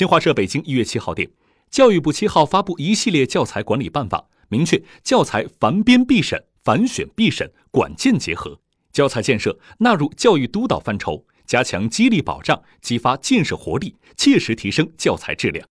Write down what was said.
新华社北京1月7号电，教育部7号发布一系列教材管理办法，明确教材繁编必审、繁选必审、管件结合，教材建设纳入教育督导范畴，加强激励保障，激发建设活力，切实提升教材质量。